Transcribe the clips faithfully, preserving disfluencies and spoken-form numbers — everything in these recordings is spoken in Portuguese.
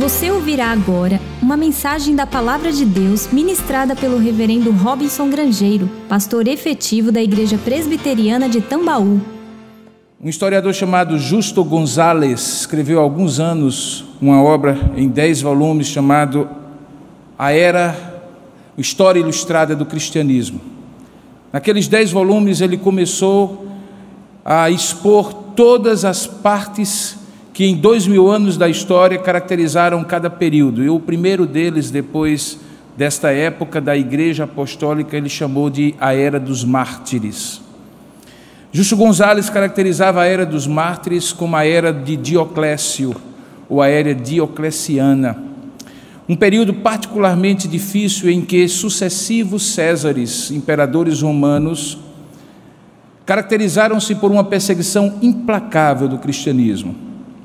Você ouvirá agora uma mensagem da Palavra de Deus ministrada pelo reverendo Robinson Grangeiro, pastor efetivo da Igreja Presbiteriana de Tambaú. Um historiador chamado Justo Gonzalez escreveu há alguns anos uma obra em dez volumes chamado A Era, História Ilustrada do Cristianismo. Naqueles dez volumes ele começou a expor todas as partes que em dois mil anos da história caracterizaram cada período. E o primeiro deles, depois desta época da Igreja Apostólica, ele chamou de a Era dos Mártires. Justo Gonzalez caracterizava a Era dos Mártires como a Era de Dioclécio, ou a Era Diocleciana. Um período particularmente difícil em que sucessivos Césares, imperadores romanos, caracterizaram-se por uma perseguição implacável do cristianismo.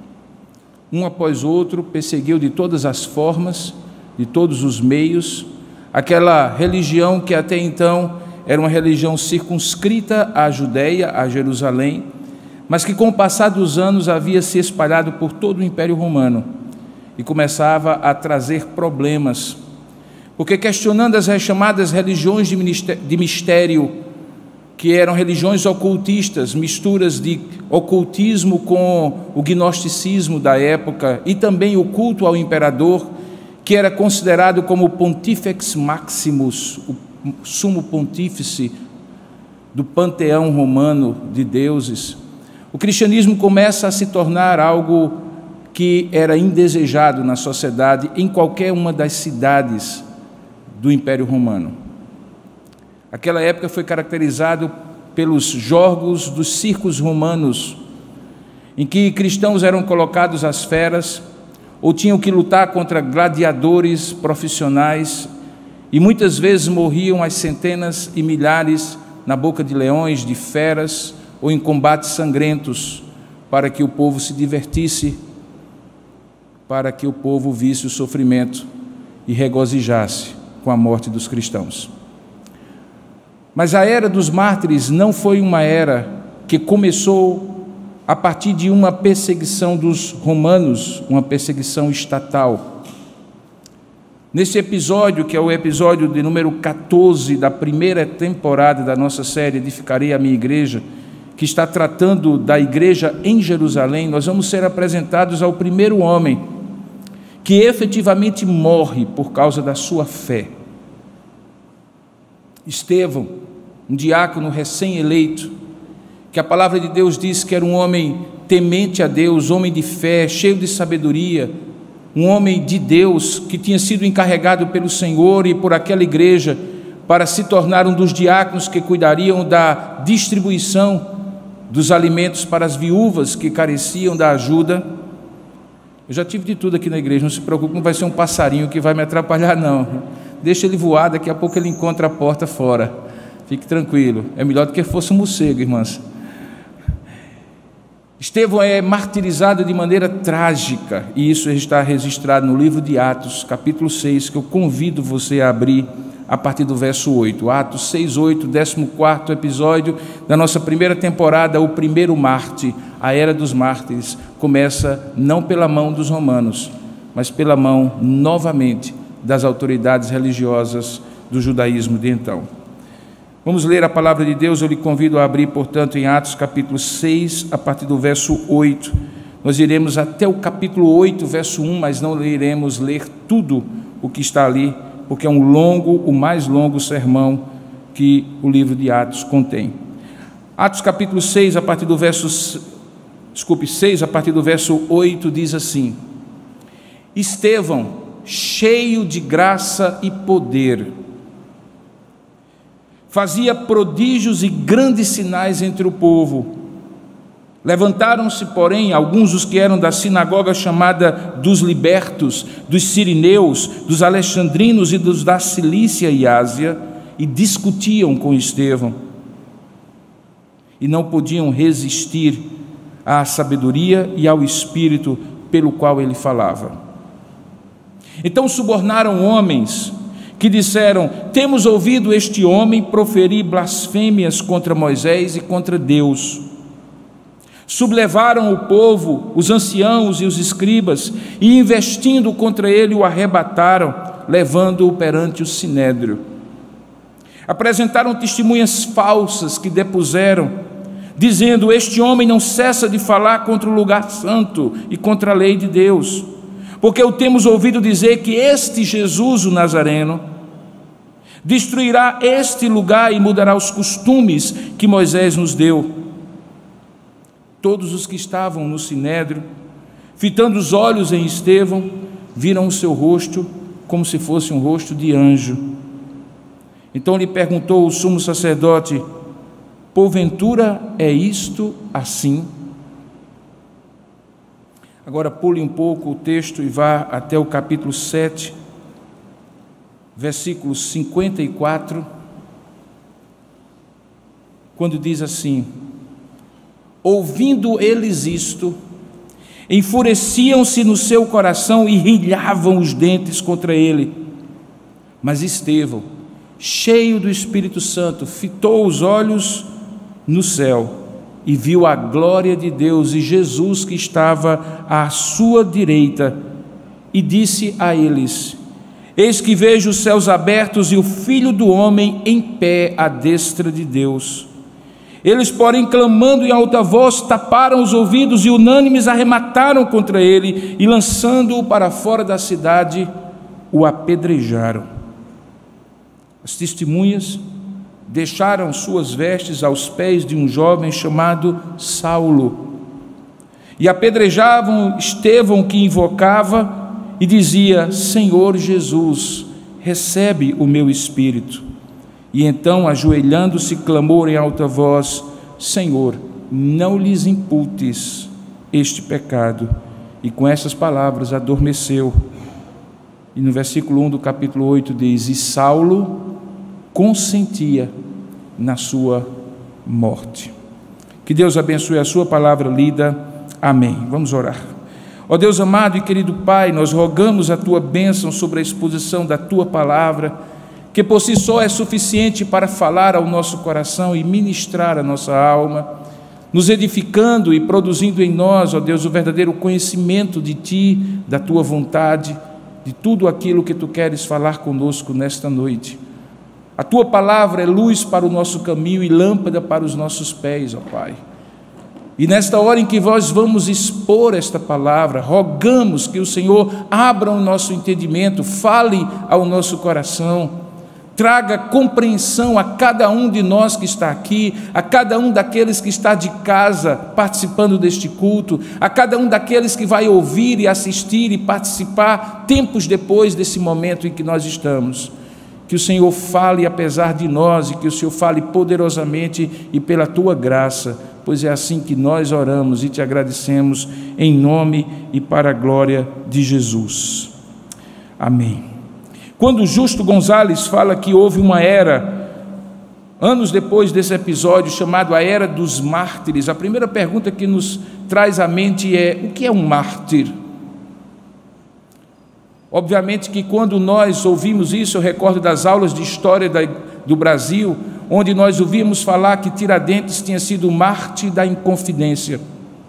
Um após outro perseguiu de todas as formas, de todos os meios, aquela religião que até então era uma religião circunscrita à Judéia, a Jerusalém, mas que com o passar dos anos havia se espalhado por todo o Império Romano e começava a trazer problemas, porque questionando as chamadas religiões de mistério, que eram religiões ocultistas, misturas de ocultismo com o gnosticismo da época e também o culto ao imperador, que era considerado como o Pontifex Maximus, o sumo pontífice do panteão romano de deuses. O cristianismo começa a se tornar algo que era indesejado na sociedade em qualquer uma das cidades do Império Romano. Aquela época foi caracterizada pelos jogos dos circos romanos, em que cristãos eram colocados às feras ou tinham que lutar contra gladiadores profissionais e muitas vezes morriam às centenas e milhares na boca de leões, de feras ou em combates sangrentos, para que o povo se divertisse, para que o povo visse o sofrimento e regozijasse com a morte dos cristãos. Mas a Era dos Mártires não foi uma era que começou a partir de uma perseguição dos romanos, uma perseguição estatal. Nesse episódio, que é o episódio de número catorze da primeira temporada da nossa série Edificarei a Minha Igreja, que está tratando da igreja em Jerusalém, nós vamos ser apresentados ao primeiro homem que efetivamente morre por causa da sua fé. Estevão, um diácono recém-eleito, que a palavra de Deus diz que era um homem temente a Deus, homem de fé, cheio de sabedoria, um homem de Deus que tinha sido encarregado pelo Senhor e por aquela igreja para se tornar um dos diáconos que cuidariam da distribuição dos alimentos para as viúvas que careciam da ajuda. Eu já tive de tudo aqui na igreja, não se preocupe, não vai ser um passarinho que vai me atrapalhar não. Deixa ele voar, daqui a pouco ele encontra a porta fora. Fique tranquilo, é melhor do que fosse um morcego, irmãs. Estevão é martirizado de maneira trágica, e isso está registrado no livro de Atos, capítulo seis, que eu convido você a abrir a partir do verso oito. Atos seis, oito, décimo quarto episódio da nossa primeira temporada, o primeiro Marte, a Era dos Mártires, começa não pela mão dos romanos, mas pela mão, novamente, das autoridades religiosas do judaísmo de então. Vamos ler a palavra de Deus. Eu lhe convido a abrir, portanto, em Atos capítulo seis, a partir do verso oito. Nós iremos até o capítulo oito, verso um, mas não iremos ler tudo o que está ali, porque é um longo, o mais longo sermão que o livro de Atos contém. Atos capítulo seis, a partir do verso, desculpe, seis, a partir do verso oito, diz assim: Estevão, cheio de graça e poder, fazia prodígios e grandes sinais entre o povo. Levantaram-se, porém, alguns dos que eram da sinagoga chamada dos libertos, dos sirineus, dos alexandrinos e dos da Cilícia e Ásia, e discutiam com Estevão. E não podiam resistir à sabedoria e ao espírito pelo qual ele falava. Então subornaram homens que disseram: temos ouvido este homem proferir blasfêmias contra Moisés e contra Deus. Sublevaram o povo, os anciãos e os escribas, e investindo contra ele o arrebataram, levando-o perante o sinédrio. Apresentaram testemunhas falsas que depuseram, dizendo: este homem não cessa de falar contra o lugar santo e contra a lei de Deus, porque o temos ouvido dizer que este Jesus, o Nazareno, destruirá este lugar e mudará os costumes que Moisés nos deu. Todos os que estavam no sinédrio, fitando os olhos em Estevão, viram o seu rosto como se fosse um rosto de anjo. Então lhe perguntou o sumo sacerdote: porventura é isto assim? Agora pule um pouco o texto e vá até o capítulo sete, versículo cinquenta e quatro, quando diz assim: ouvindo eles isto, enfureciam-se no seu coração e rilhavam os dentes contra ele. Mas Estevão, cheio do Espírito Santo, fitou os olhos no céu e viu a glória de Deus e Jesus que estava à sua direita, e disse a eles: eis que vejo os céus abertos e o Filho do Homem em pé à destra de Deus. Eles, porém, clamando em alta voz, taparam os ouvidos e unânimes arremataram contra ele e, lançando-o para fora da cidade, o apedrejaram. As testemunhas deixaram suas vestes aos pés de um jovem chamado Saulo e apedrejavam Estevão, que invocava e dizia: Senhor Jesus, recebe o meu espírito. E então, ajoelhando-se, clamou em alta voz: Senhor, não lhes imputes este pecado. E com essas palavras adormeceu. E no versículo um do capítulo oito diz: e Saulo consentia na sua morte. Que Deus abençoe a sua palavra lida. Amém. Vamos orar. Ó Deus amado e querido Pai, nós rogamos a tua bênção sobre a exposição da tua palavra, que por si só é suficiente para falar ao nosso coração e ministrar a nossa alma, nos edificando e produzindo em nós, ó Deus, o verdadeiro conhecimento de Ti, da Tua vontade, de tudo aquilo que Tu queres falar conosco nesta noite. A Tua palavra é luz para o nosso caminho e lâmpada para os nossos pés, ó Pai. E nesta hora em que nós vamos expor esta palavra, rogamos que o Senhor abra o nosso entendimento, fale ao nosso coração, traga compreensão a cada um de nós que está aqui, a cada um daqueles que está de casa participando deste culto, a cada um daqueles que vai ouvir e assistir e participar tempos depois desse momento em que nós estamos. Que o Senhor fale apesar de nós e que o Senhor fale poderosamente e pela Tua graça, pois é assim que nós oramos e Te agradecemos em nome e para a glória de Jesus. Amém. Quando Justo Gonzalez fala que houve uma era, anos depois desse episódio, chamado a Era dos Mártires, a primeira pergunta que nos traz à mente é: o que é um mártir? Obviamente que quando nós ouvimos isso, eu recordo das aulas de história da, do Brasil, onde nós ouvimos falar que Tiradentes tinha sido mártir da Inconfidência.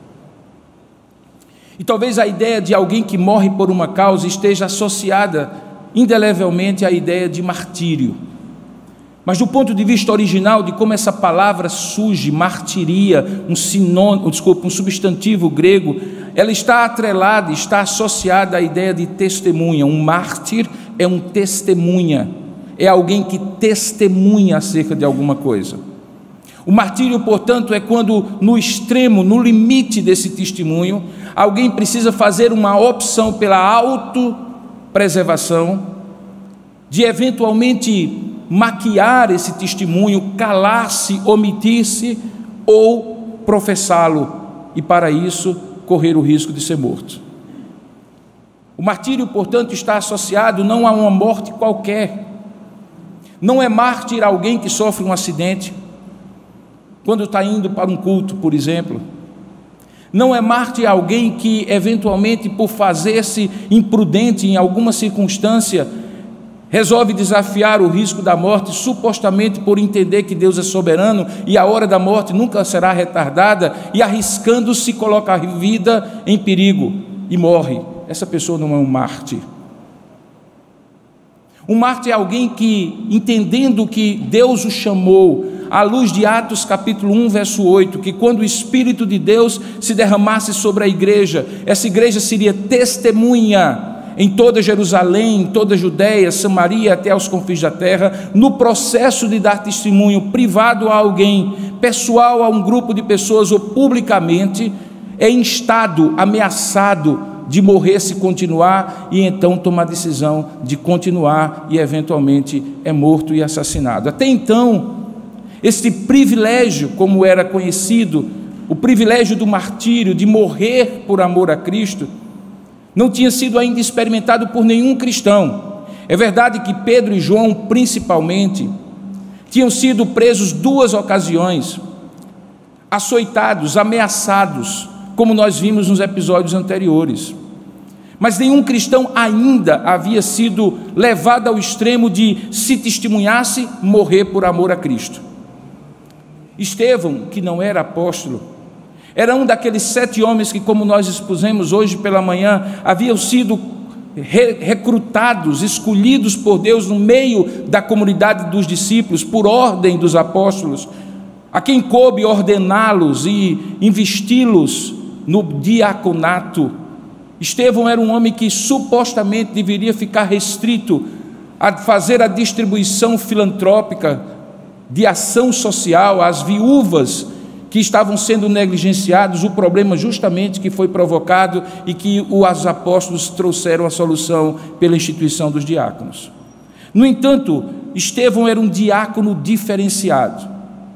E talvez a ideia de alguém que morre por uma causa esteja associada indelevelmente à ideia de martírio. Mas do ponto de vista original de como essa palavra surge, martiria, um sinônimo, desculpa, um substantivo grego, ela está atrelada, está associada à ideia de testemunha. Um mártir é um testemunha, é alguém que testemunha acerca de alguma coisa. O martírio, portanto, é quando no extremo, no limite desse testemunho, alguém precisa fazer uma opção pela autopreservação, de eventualmente maquiar esse testemunho, calar-se, omitir-se ou professá-lo, e para isso correr o risco de ser morto. O martírio, portanto, está associado não a uma morte qualquer. Não é mártir alguém que sofre um acidente quando está indo para um culto, por exemplo. Não é mártir alguém que, eventualmente, por fazer-se imprudente em alguma circunstância, resolve desafiar o risco da morte, supostamente por entender que Deus é soberano e a hora da morte nunca será retardada, e arriscando-se coloca a vida em perigo e morre. Essa pessoa não é um mártir. Um mártir é alguém que, entendendo que Deus o chamou, à luz de Atos capítulo um, verso oito, que quando o Espírito de Deus se derramasse sobre a igreja, essa igreja seria testemunha em toda Jerusalém, em toda a Judéia, Samaria, até aos confins da terra, no processo de dar testemunho privado a alguém, pessoal a um grupo de pessoas ou publicamente, é instado, ameaçado de morrer se continuar, e então toma a decisão de continuar e eventualmente é morto e assassinado. Até então, este privilégio, como era conhecido, o privilégio do martírio, de morrer por amor a Cristo, não tinha sido ainda experimentado por nenhum cristão. É verdade que Pedro e João, principalmente, tinham sido presos duas ocasiões, açoitados, ameaçados, como nós vimos nos episódios anteriores. Mas nenhum cristão ainda havia sido levado ao extremo de, se testemunhasse, morrer por amor a Cristo. Estevão, que não era apóstolo, era um daqueles sete homens que, como nós expusemos hoje pela manhã, haviam sido re- recrutados, escolhidos por Deus no meio da comunidade dos discípulos, por ordem dos apóstolos, a quem coube ordená-los e investi-los no diaconato. Estevão era um homem que supostamente deveria ficar restrito a fazer a distribuição filantrópica de ação social às viúvas que estavam sendo negligenciados, o problema justamente que foi provocado e que os apóstolos trouxeram a solução pela instituição dos diáconos. No entanto, Estevão era um diácono diferenciado.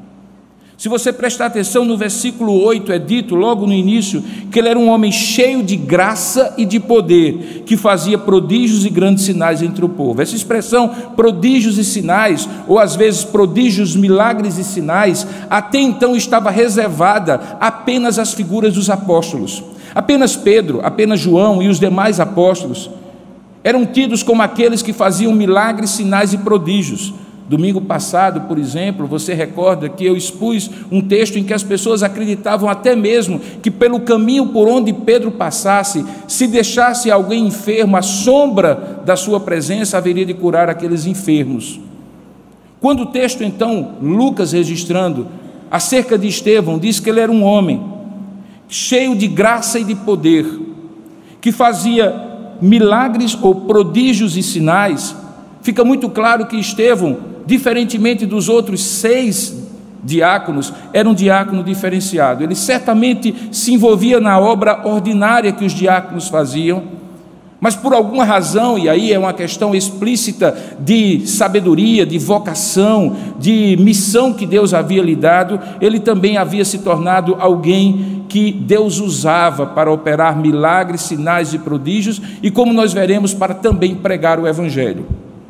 Se você prestar atenção no versículo oito, é dito logo no início que ele era um homem cheio de graça e de poder, que fazia prodígios e grandes sinais entre o povo. Essa expressão prodígios e sinais, ou às vezes prodígios, milagres e sinais, até então estava reservada apenas às figuras dos apóstolos. Apenas Pedro, apenas João e os demais apóstolos eram tidos como aqueles que faziam milagres, sinais e prodígios. Domingo passado, por exemplo, você recorda que eu expus um texto em que as pessoas acreditavam até mesmo que pelo caminho por onde Pedro passasse, se deixasse alguém enfermo, a sombra da sua presença haveria de curar aqueles enfermos. Quando o texto, então, Lucas registrando acerca de Estevão, diz que ele era um homem cheio de graça e de poder, que fazia milagres ou prodígios e sinais, fica muito claro que Estevão, diferentemente dos outros seis diáconos, era um diácono diferenciado. Ele certamente se envolvia na obra ordinária que os diáconos faziam, mas por alguma razão, e aí é uma questão explícita de sabedoria, de vocação, de missão que Deus havia lhe dado, ele também havia se tornado alguém que Deus usava para operar milagres, sinais e prodígios, e como nós veremos, para também pregar o Evangelho.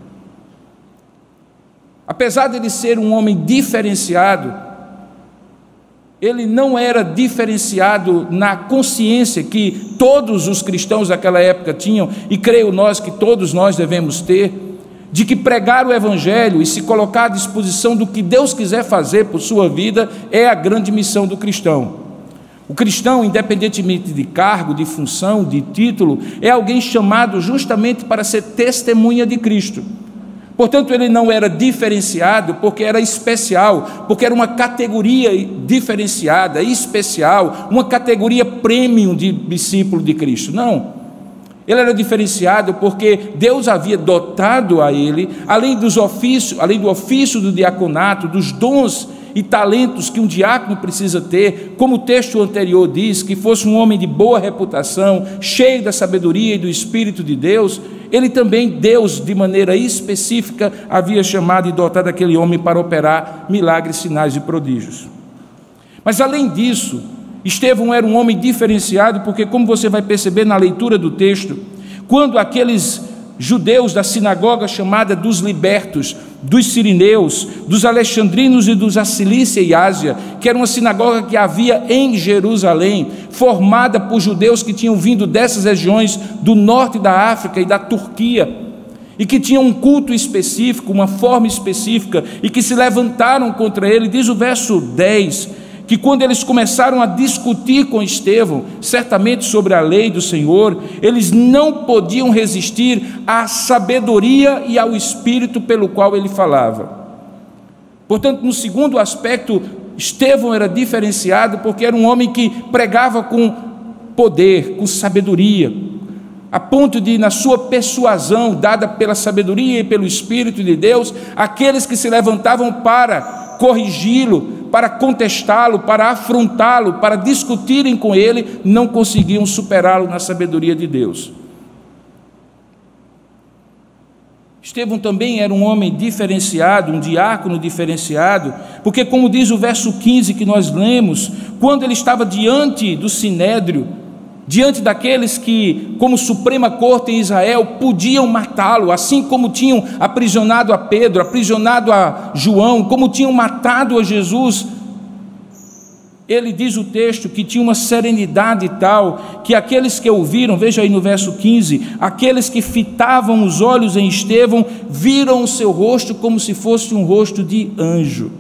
Apesar de ele ser um homem diferenciado, ele não era diferenciado na consciência que todos os cristãos daquela época tinham, e creio nós que todos nós devemos ter, de que pregar o Evangelho e se colocar à disposição do que Deus quiser fazer por sua vida é a grande missão do cristão. O cristão, independentemente de cargo, de função, de título, é alguém chamado justamente para ser testemunha de Cristo. Portanto, ele não era diferenciado porque era especial, porque era uma categoria diferenciada, especial, uma categoria premium de discípulo de Cristo. Não, ele era diferenciado porque Deus havia dotado a ele, além dos ofícios, além do ofício do diaconato, dos dons e talentos que um diácono precisa ter, como o texto anterior diz, que fosse um homem de boa reputação, cheio da sabedoria e do Espírito de Deus. Ele também, Deus, de maneira específica, havia chamado e dotado aquele homem para operar milagres, sinais e prodígios. Mas além disso, Estevão era um homem diferenciado, porque, como você vai perceber na leitura do texto, quando aqueles judeus da sinagoga chamada dos libertos, dos sirineus, dos alexandrinos e dos da Cilícia e Ásia, que era uma sinagoga que havia em Jerusalém, formada por judeus que tinham vindo dessas regiões do norte da África e da Turquia, e que tinham um culto específico, uma forma específica, e que se levantaram contra ele. Diz o verso dez, que quando eles começaram a discutir com Estevão, certamente sobre a lei do Senhor, eles não podiam resistir à sabedoria e ao espírito pelo qual ele falava. Portanto, no segundo aspecto, Estevão era diferenciado porque era um homem que pregava com poder, com sabedoria, a ponto de, na sua persuasão, dada pela sabedoria e pelo Espírito de Deus, aqueles que se levantavam para corrigi-lo, para contestá-lo, para afrontá-lo, para discutirem com ele, não conseguiam superá-lo na sabedoria de Deus. Estevão também era um homem diferenciado, um diácono diferenciado, porque, como diz o verso quinze que nós lemos, quando ele estava diante do sinédrio, diante daqueles que, como Suprema Corte em Israel, podiam matá-lo, assim como tinham aprisionado a Pedro, aprisionado a João, como tinham matado a Jesus, ele diz o texto que tinha uma serenidade tal, que aqueles que ouviram, veja aí no verso quinze, aqueles que fitavam os olhos em Estevão, viram o seu rosto como se fosse um rosto de anjo.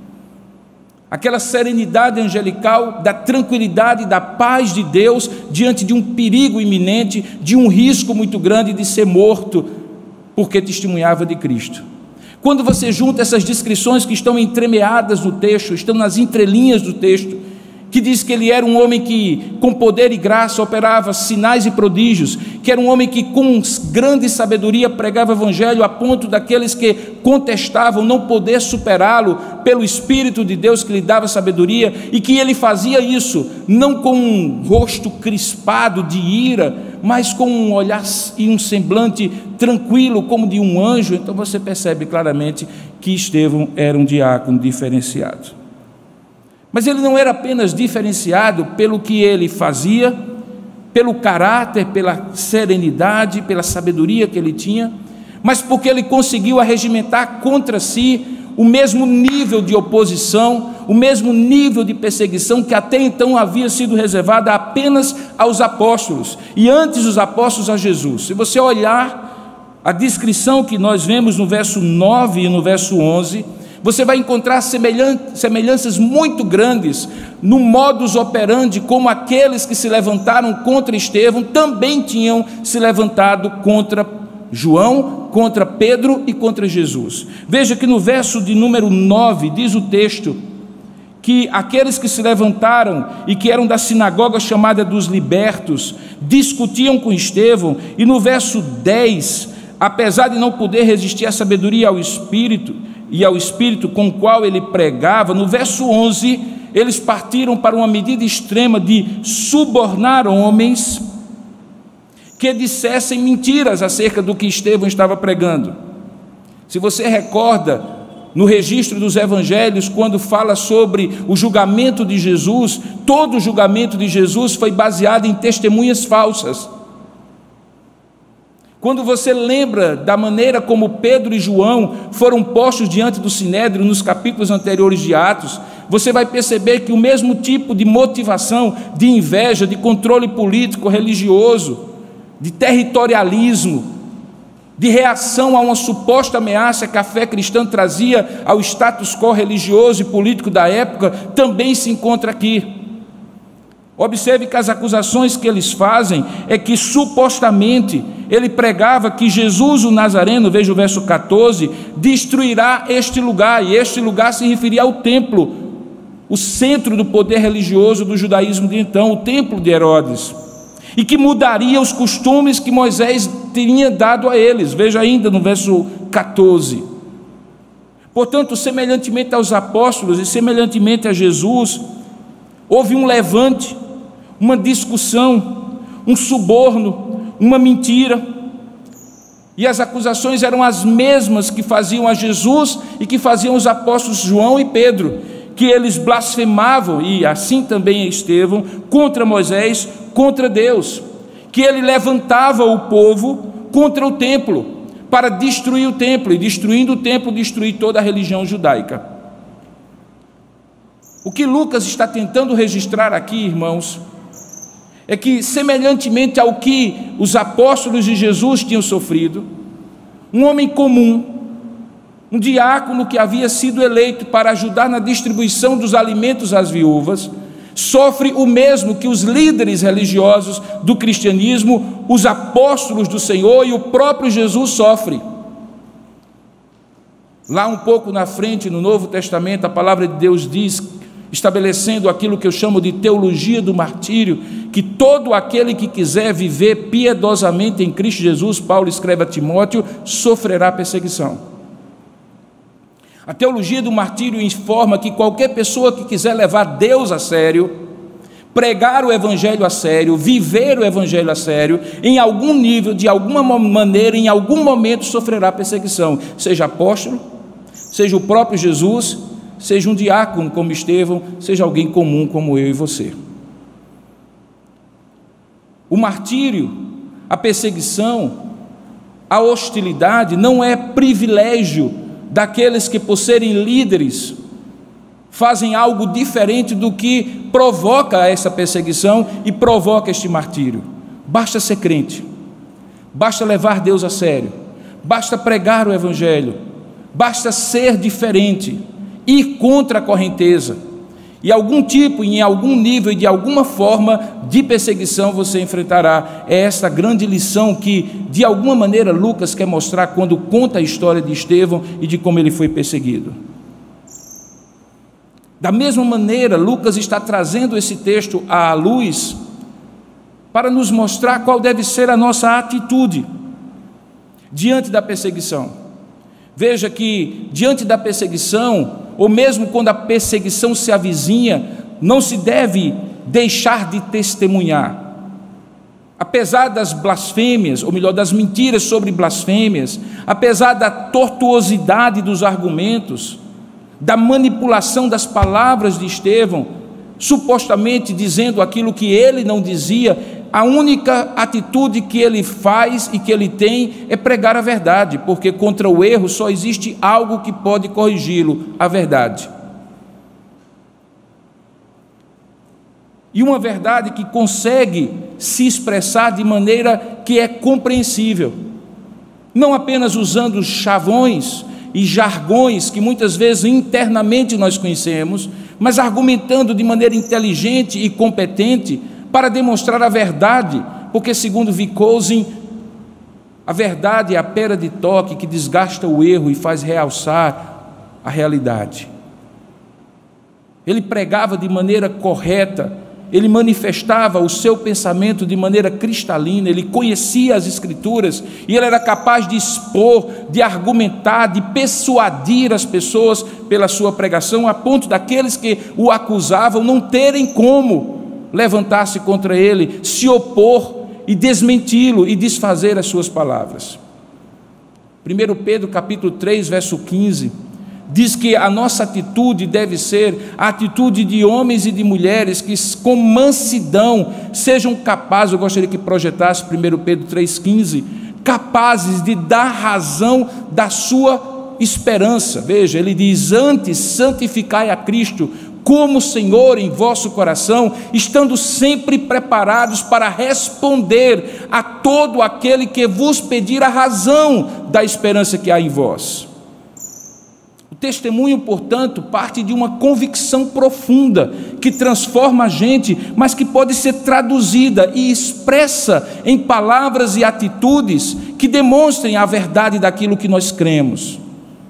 Aquela serenidade angelical, da tranquilidade, da paz de Deus, diante de um perigo iminente, de um risco muito grande de ser morto, porque testemunhava de Cristo. Quando você junta essas descrições que estão entremeadas no texto, estão nas entrelinhas do texto, que diz que ele era um homem que com poder e graça operava sinais e prodígios, que era um homem que com grande sabedoria pregava o evangelho a ponto daqueles que contestavam não poder superá-lo pelo Espírito de Deus que lhe dava sabedoria, e que ele fazia isso não com um rosto crispado de ira, mas com um olhar e um semblante tranquilo como de um anjo. Então você percebe claramente que Estevão era um diácono diferenciado. Mas ele não era apenas diferenciado pelo que ele fazia, pelo caráter, pela serenidade, pela sabedoria que ele tinha, mas porque ele conseguiu arregimentar contra si o mesmo nível de oposição, o mesmo nível de perseguição que até então havia sido reservada apenas aos apóstolos, e antes dos apóstolos a Jesus. Se você olhar a descrição que nós vemos no verso nove e no verso onze, você vai encontrar semelhanças muito grandes no modus operandi, como aqueles que se levantaram contra Estevão também tinham se levantado contra João, contra Pedro e contra Jesus. Veja que no verso de número nove diz o texto que aqueles que se levantaram e que eram da sinagoga chamada dos libertos discutiam com Estevão, e no verso dez, apesar de não poder resistir à sabedoria e ao Espírito, e ao Espírito com o qual ele pregava, no verso onze, eles partiram para uma medida extrema de subornar homens que dissessem mentiras acerca do que Estevão estava pregando. Se você recorda, no registro dos evangelhos, quando fala sobre o julgamento de Jesus, todo o julgamento de Jesus foi baseado em testemunhas falsas. Quando você lembra da maneira como Pedro e João foram postos diante do sinédrio nos capítulos anteriores de Atos, você vai perceber que o mesmo tipo de motivação, de inveja, de controle político, religioso, de territorialismo, de reação a uma suposta ameaça que a fé cristã trazia ao status quo religioso e político da época, também se encontra aqui. Observe que as acusações que eles fazem é que supostamente ele pregava que Jesus o Nazareno, veja o verso catorze, destruirá este lugar, e este lugar se referia ao templo, o centro do poder religioso do judaísmo de então, o templo de Herodes, e que mudaria os costumes que Moisés tinha dado a eles, veja ainda no verso catorze. Portanto, semelhantemente aos apóstolos e semelhantemente a Jesus, houve um levante, uma discussão, um suborno, uma mentira, e as acusações eram as mesmas que faziam a Jesus e que faziam os apóstolos João e Pedro, que eles blasfemavam, e assim também Estevão, contra Moisés, contra Deus, que ele levantava o povo contra o templo, para destruir o templo, e destruindo o templo, destruir toda a religião judaica. O que Lucas está tentando registrar aqui, irmãos, é que, semelhantemente ao que os apóstolos de Jesus tinham sofrido, um homem comum, um diácono que havia sido eleito para ajudar na distribuição dos alimentos às viúvas, sofre o mesmo que os líderes religiosos do cristianismo, os apóstolos do Senhor e o próprio Jesus sofre. Lá um pouco na frente, no Novo Testamento, a palavra de Deus diz, estabelecendo aquilo que eu chamo de teologia do martírio, que todo aquele que quiser viver piedosamente em Cristo Jesus, Paulo escreve a Timóteo, sofrerá perseguição. A teologia do martírio informa que qualquer pessoa que quiser levar Deus a sério, pregar o evangelho a sério, viver o evangelho a sério, em algum nível, de alguma maneira, em algum momento sofrerá perseguição, seja apóstolo, seja o próprio Jesus, seja um diácono como Estevão, seja alguém comum como eu e você. O martírio, a perseguição, a hostilidade não é privilégio daqueles que, por serem líderes, fazem algo diferente do que provoca essa perseguição e provoca este martírio. Basta ser crente, basta levar Deus a sério, basta pregar o evangelho, basta ser diferente, ir contra a correnteza, e algum tipo, em algum nível e de alguma forma de perseguição você enfrentará. É essa grande lição que, de alguma maneira, Lucas quer mostrar quando conta a história de Estevão e de como ele foi perseguido. Da mesma maneira, Lucas está trazendo esse texto à luz para nos mostrar qual deve ser a nossa atitude diante da perseguição. Veja que, diante da perseguição, ou mesmo quando a perseguição se avizinha, não se deve deixar de testemunhar. Apesar das blasfêmias, ou melhor, das mentiras sobre blasfêmias, apesar da tortuosidade dos argumentos, da manipulação das palavras de Estevão, supostamente dizendo aquilo que ele não dizia, a única atitude que ele faz e que ele tem é pregar a verdade, porque contra o erro só existe algo que pode corrigi-lo, a verdade. E uma verdade que consegue se expressar de maneira que é compreensível, não apenas usando chavões e jargões que muitas vezes internamente nós conhecemos, mas argumentando de maneira inteligente e competente para demonstrar a verdade, porque segundo Wittgenstein, a verdade é a pera de toque que desgasta o erro e faz realçar a realidade. Ele pregava de maneira correta, ele manifestava o seu pensamento de maneira cristalina, ele conhecia as Escrituras e ele era capaz de expor, de argumentar, de persuadir as pessoas pela sua pregação, a ponto daqueles que o acusavam não terem como levantar-se contra ele, se opor e desmenti-lo e desfazer as suas palavras. primeiro Pedro capítulo três, verso quinze, diz que a nossa atitude deve ser a atitude de homens e de mulheres que com mansidão sejam capazes, eu gostaria que projetasse primeiro Pedro três, quinze, capazes de dar razão da sua esperança. Veja, ele diz: antes santificai a Cristo como Senhor em vosso coração, estando sempre preparados para responder a todo aquele que vos pedir a razão da esperança que há em vós. O testemunho, portanto, parte de uma convicção profunda, que transforma a gente, mas que pode ser traduzida e expressa em palavras e atitudes que demonstrem a verdade daquilo que nós cremos.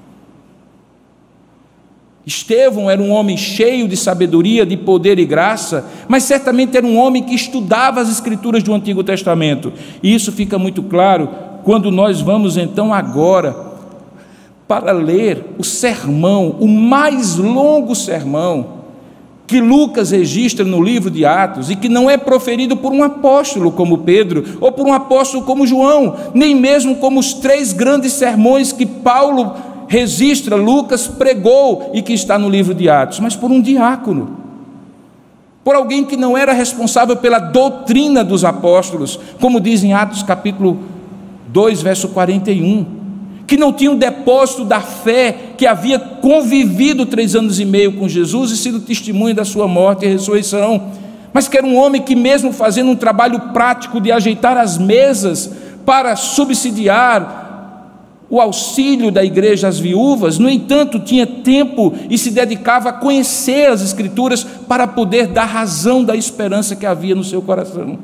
Estevão era um homem cheio de sabedoria, de poder e graça, mas certamente era um homem que estudava as Escrituras do Antigo Testamento, e isso fica muito claro quando nós vamos então agora para ler o sermão, o mais longo sermão que Lucas registra no livro de Atos, e que não é proferido por um apóstolo como Pedro, ou por um apóstolo como João, nem mesmo como os três grandes sermões que Paulo registra, Lucas pregou e que está no livro de Atos, mas por um diácono, por alguém que não era responsável pela doutrina dos apóstolos, como diz em Atos capítulo dois, verso quarenta e um, que não tinha o depósito da fé, que havia convivido três anos e meio com Jesus e sido testemunha da sua morte e ressurreição, mas que era um homem que, mesmo fazendo um trabalho prático de ajeitar as mesas para subsidiar o auxílio da igreja às viúvas, no entanto, tinha tempo e se dedicava a conhecer as Escrituras para poder dar razão da esperança que havia no seu coração.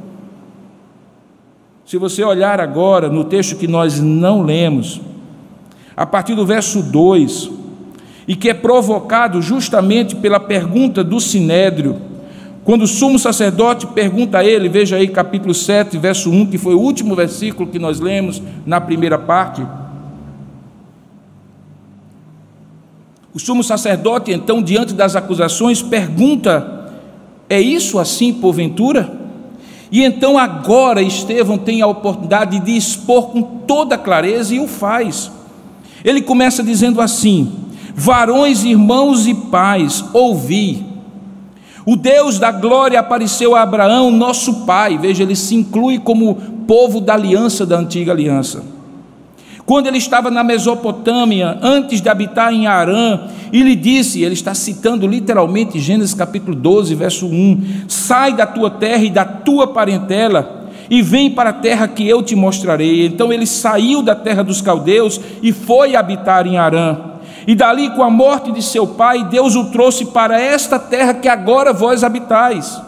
Se você olhar agora no texto que nós não lemos, a partir do verso dois, e que é provocado justamente pela pergunta do Sinédrio, quando o sumo sacerdote pergunta a ele, veja aí capítulo sete, verso um, que foi o último versículo que nós lemos na primeira parte. O sumo sacerdote, então, diante das acusações, pergunta: é isso assim, porventura? E então agora Estevão tem a oportunidade de expor com toda clareza, e o faz. Ele começa dizendo assim: varões, irmãos e pais, ouvi. O Deus da glória apareceu a Abraão, nosso pai. Veja, ele se inclui como povo da aliança, da antiga aliança. Quando ele estava na Mesopotâmia, antes de habitar em Harã, e lhe disse, ele está citando literalmente Gênesis capítulo doze, verso um: sai da tua terra e da tua parentela, e vem para a terra que eu te mostrarei. Então ele saiu da terra dos caldeus e foi habitar em Harã. E dali, com a morte de seu pai, Deus o trouxe para esta terra que agora vós habitais.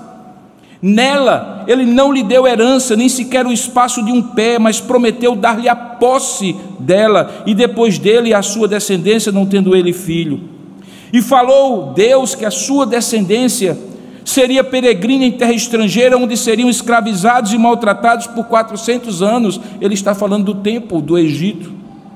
Nela ele não lhe deu herança, nem sequer o espaço de um pé, mas prometeu dar-lhe a posse dela, e depois dele a sua descendência, não tendo ele filho. E falou Deus que a sua descendência seria peregrina em terra estrangeira, onde seriam escravizados e maltratados por quatrocentos anos. Ele está falando do tempo do Egito.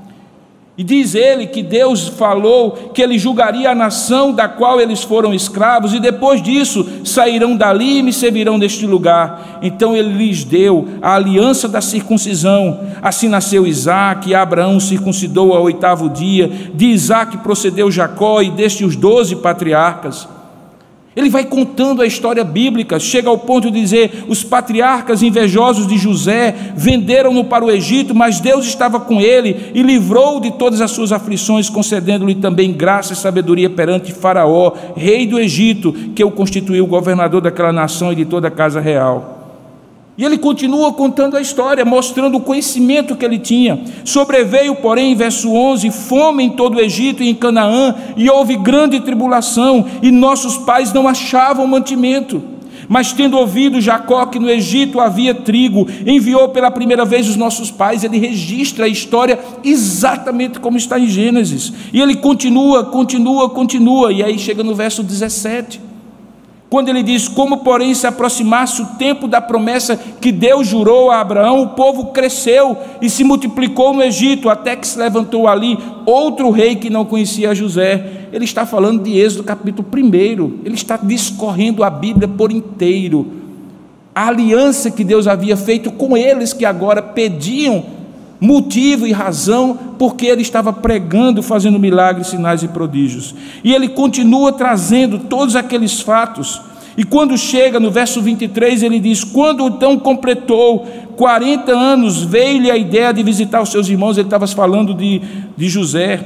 E diz ele que Deus falou que ele julgaria a nação da qual eles foram escravos, e depois disso sairão dali e me servirão neste lugar. Então ele lhes deu a aliança da circuncisão. Assim nasceu Isaque, e Abraão circuncidou ao oitavo dia. De Isaque procedeu Jacó, e destes os doze patriarcas. Ele vai contando a história bíblica, chega ao ponto de dizer: os patriarcas invejosos de José venderam-no para o Egito, mas Deus estava com ele e livrou-o de todas as suas aflições, concedendo-lhe também graça e sabedoria perante Faraó, rei do Egito, que o constituiu governador daquela nação e de toda a casa real. E ele continua contando a história, mostrando o conhecimento que ele tinha. Sobreveio, porém, verso onze, fome em todo o Egito e em Canaã, e houve grande tribulação, e nossos pais não achavam mantimento. Mas tendo ouvido Jacó que no Egito havia trigo, enviou pela primeira vez os nossos pais. Ele registra a história exatamente como está em Gênesis. E ele continua, continua, continua, e aí chega no verso dezessete. Quando ele diz: como porém se aproximasse o tempo da promessa que Deus jurou a Abraão, o povo cresceu e se multiplicou no Egito, até que se levantou ali outro rei que não conhecia José. Ele está falando de Êxodo capítulo um, ele está discorrendo a Bíblia por inteiro, a aliança que Deus havia feito com eles, que agora pediam motivo e razão, porque ele estava pregando, fazendo milagres, sinais e prodígios. E ele continua trazendo todos aqueles fatos, e quando chega no verso vinte e três, ele diz: quando então completou quarenta anos, veio-lhe a ideia de visitar os seus irmãos. Ele estava falando de, de José,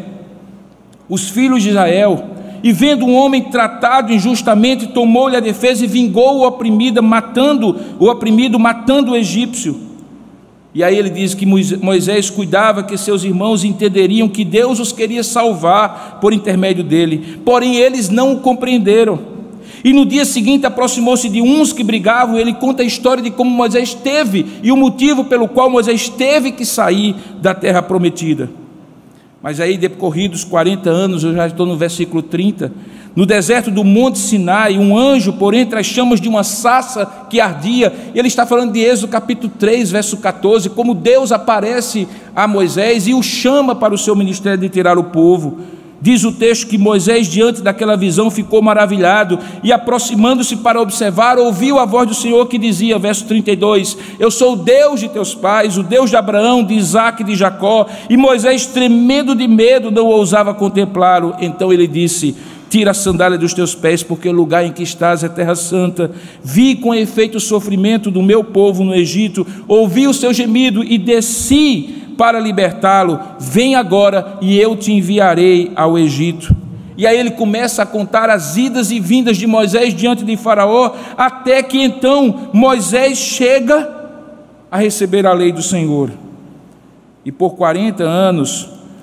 os filhos de Israel, e vendo um homem tratado injustamente, tomou-lhe a defesa e vingou o oprimido, matando o oprimido, matando o egípcio. E aí ele diz que Moisés cuidava que seus irmãos entenderiam que Deus os queria salvar por intermédio dele, porém eles não o compreenderam. E no dia seguinte aproximou-se de uns que brigavam. Ele conta a história de como Moisés teve, e o motivo pelo qual Moisés teve que sair da terra prometida. Mas aí, decorridos quarenta anos, eu já estou no versículo trinta, no deserto do monte Sinai, um anjo por entre as chamas de uma sarça que ardia. Ele está falando de Êxodo capítulo três, verso catorze, como Deus aparece a Moisés e o chama para o seu ministério de tirar o povo. Diz o texto que Moisés, diante daquela visão, ficou maravilhado, e aproximando-se para observar, ouviu a voz do Senhor que dizia, verso trinta e dois, eu sou o Deus de teus pais, o Deus de Abraão, de Isaque e de Jacó. E Moisés, tremendo de medo, não ousava contemplá-lo. Então ele disse: tira a sandália dos teus pés, porque o lugar em que estás é terra santa. Vi com efeito o sofrimento do meu povo no Egito, ouvi o seu gemido e desci para libertá-lo. Vem agora e eu te enviarei ao Egito. E aí ele começa a contar as idas e vindas de Moisés diante de Faraó, até que então Moisés chega a receber a lei do Senhor. E por quarenta anos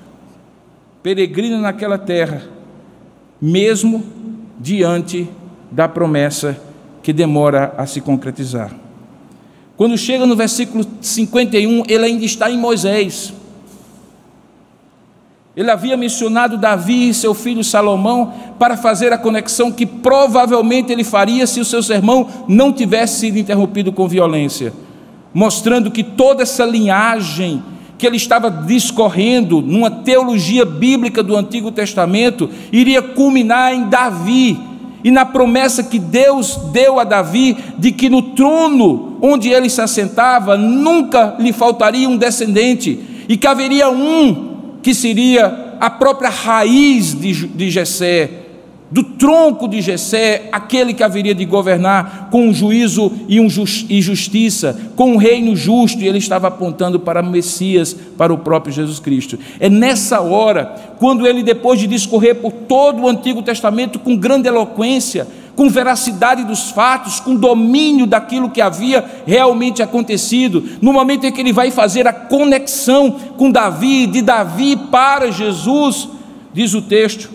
peregrina naquela terra, mesmo diante da promessa que demora a se concretizar. Quando chega no versículo cinquenta e um, ele ainda está em Moisés. Ele havia mencionado Davi e seu filho Salomão para fazer a conexão que provavelmente ele faria se o seu sermão não tivesse sido interrompido com violência, mostrando que toda essa linhagem que ele estava discorrendo numa teologia bíblica do Antigo Testamento iria culminar em Davi e na promessa que Deus deu a Davi de que no trono onde ele se assentava nunca lhe faltaria um descendente e que haveria um que seria a própria raiz de, de Jessé, do tronco de Jessé, aquele que haveria de governar com um juízo e, um just, e justiça, com um reino justo, e ele estava apontando para o Messias, para o próprio Jesus Cristo. É nessa hora, quando ele, depois de discorrer por todo o Antigo Testamento com grande eloquência, com veracidade dos fatos, com domínio daquilo que havia realmente acontecido, no momento em que ele vai fazer a conexão com Davi, de Davi para Jesus, diz o texto,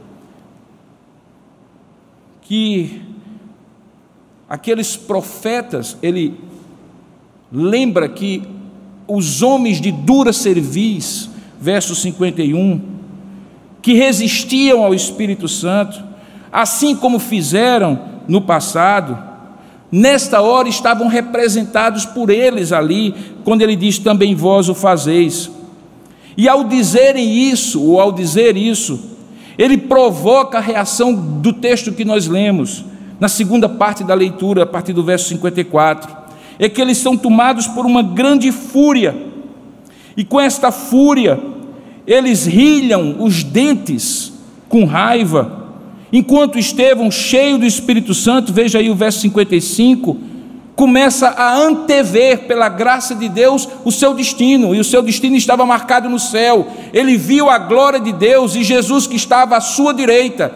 que aqueles profetas, ele lembra que os homens de dura cerviz, verso cinquenta e um, que resistiam ao Espírito Santo, assim como fizeram no passado, nesta hora estavam representados por eles ali, quando ele diz, também vós o fazeis. E ao dizerem isso, ou ao dizer isso, ele provoca a reação do texto que nós lemos, na segunda parte da leitura, a partir do verso cinquenta e quatro, é que eles são tomados por uma grande fúria, e com esta fúria, eles rilham os dentes com raiva, enquanto Estevão, cheio do Espírito Santo, veja aí o verso cinquenta e cinco, começa a antever, pela graça de Deus, o seu destino, e o seu destino estava marcado no céu. Ele viu a glória de Deus e Jesus que estava à sua direita,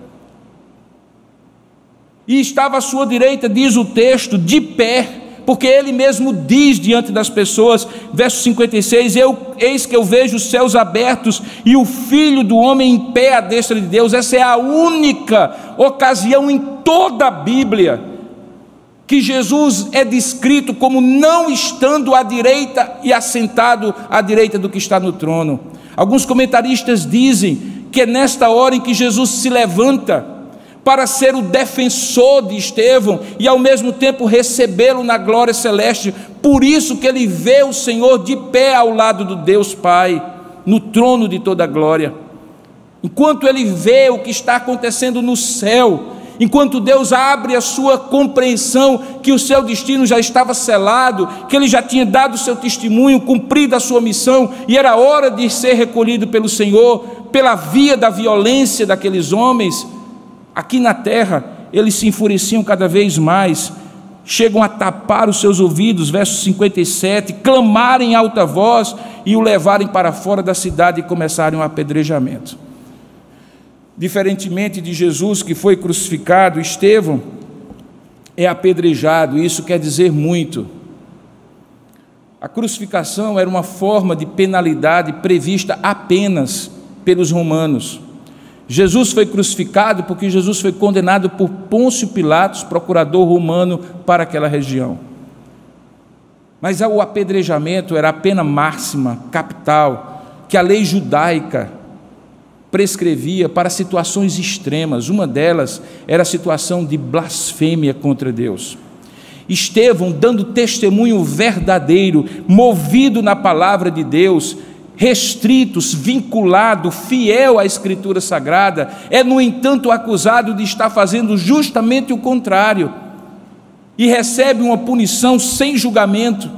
e estava à sua direita, diz o texto, de pé, porque ele mesmo diz diante das pessoas, verso cinquenta e seis, eu, eis que eu vejo os céus abertos e o Filho do Homem em pé à destra de Deus. Essa é a única ocasião em toda a Bíblia que Jesus é descrito como não estando à direita e assentado à direita do que está no trono. Alguns comentaristas dizem que é nesta hora em que Jesus se levanta para ser o defensor de Estevão e ao mesmo tempo recebê-lo na glória celeste. Por isso que ele vê o Senhor de pé ao lado do Deus Pai, no trono de toda a glória. Enquanto ele vê o que está acontecendo no céu, enquanto Deus abre a sua compreensão que o seu destino já estava selado, que ele já tinha dado o seu testemunho, cumprido a sua missão, e era hora de ser recolhido pelo Senhor, pela via da violência daqueles homens, aqui na terra, eles se enfureciam cada vez mais, chegam a tapar os seus ouvidos, verso cinquenta e sete, clamarem em alta voz e o levarem para fora da cidade e começarem o apedrejamento. Diferentemente de Jesus, que foi crucificado, Estevão é apedrejado, e isso quer dizer muito. A crucificação era uma forma de penalidade prevista apenas pelos romanos. Jesus foi crucificado porque Jesus foi condenado por Pôncio Pilatos, procurador romano para aquela região. Mas o apedrejamento era a pena máxima, capital, que a lei judaica prescrevia para situações extremas. Uma delas era a situação de blasfêmia contra Deus. Estevão, dando testemunho verdadeiro, movido na palavra de Deus, restritos, vinculado, fiel à Escritura Sagrada, é, no entanto, acusado de estar fazendo justamente o contrário, e recebe uma punição sem julgamento,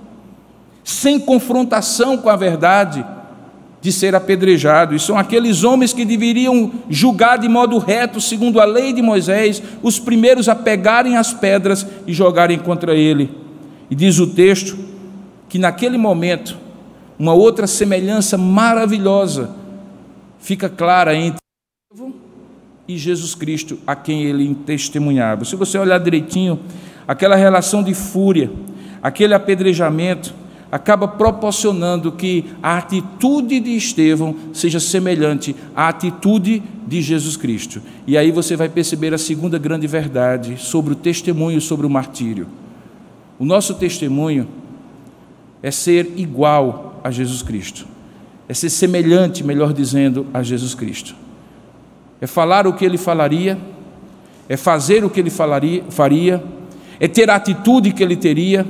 sem confrontação com a verdade, de ser apedrejado. E são aqueles homens que deveriam julgar de modo reto, segundo a lei de Moisés, os primeiros a pegarem as pedras e jogarem contra ele. E diz o texto que naquele momento, uma outra semelhança maravilhosa fica clara entre Estevão e Jesus Cristo, a quem ele testemunhava. Se você olhar direitinho, aquela relação de fúria, aquele apedrejamento, acaba proporcionando que a atitude de Estevão seja semelhante à atitude de Jesus Cristo. E aí você vai perceber a segunda grande verdade sobre o testemunho, sobre o martírio. O nosso testemunho é ser igual a Jesus Cristo, é ser semelhante, melhor dizendo, a Jesus Cristo. É falar o que ele falaria, é fazer o que ele falaria, faria, é ter a atitude que ele teria,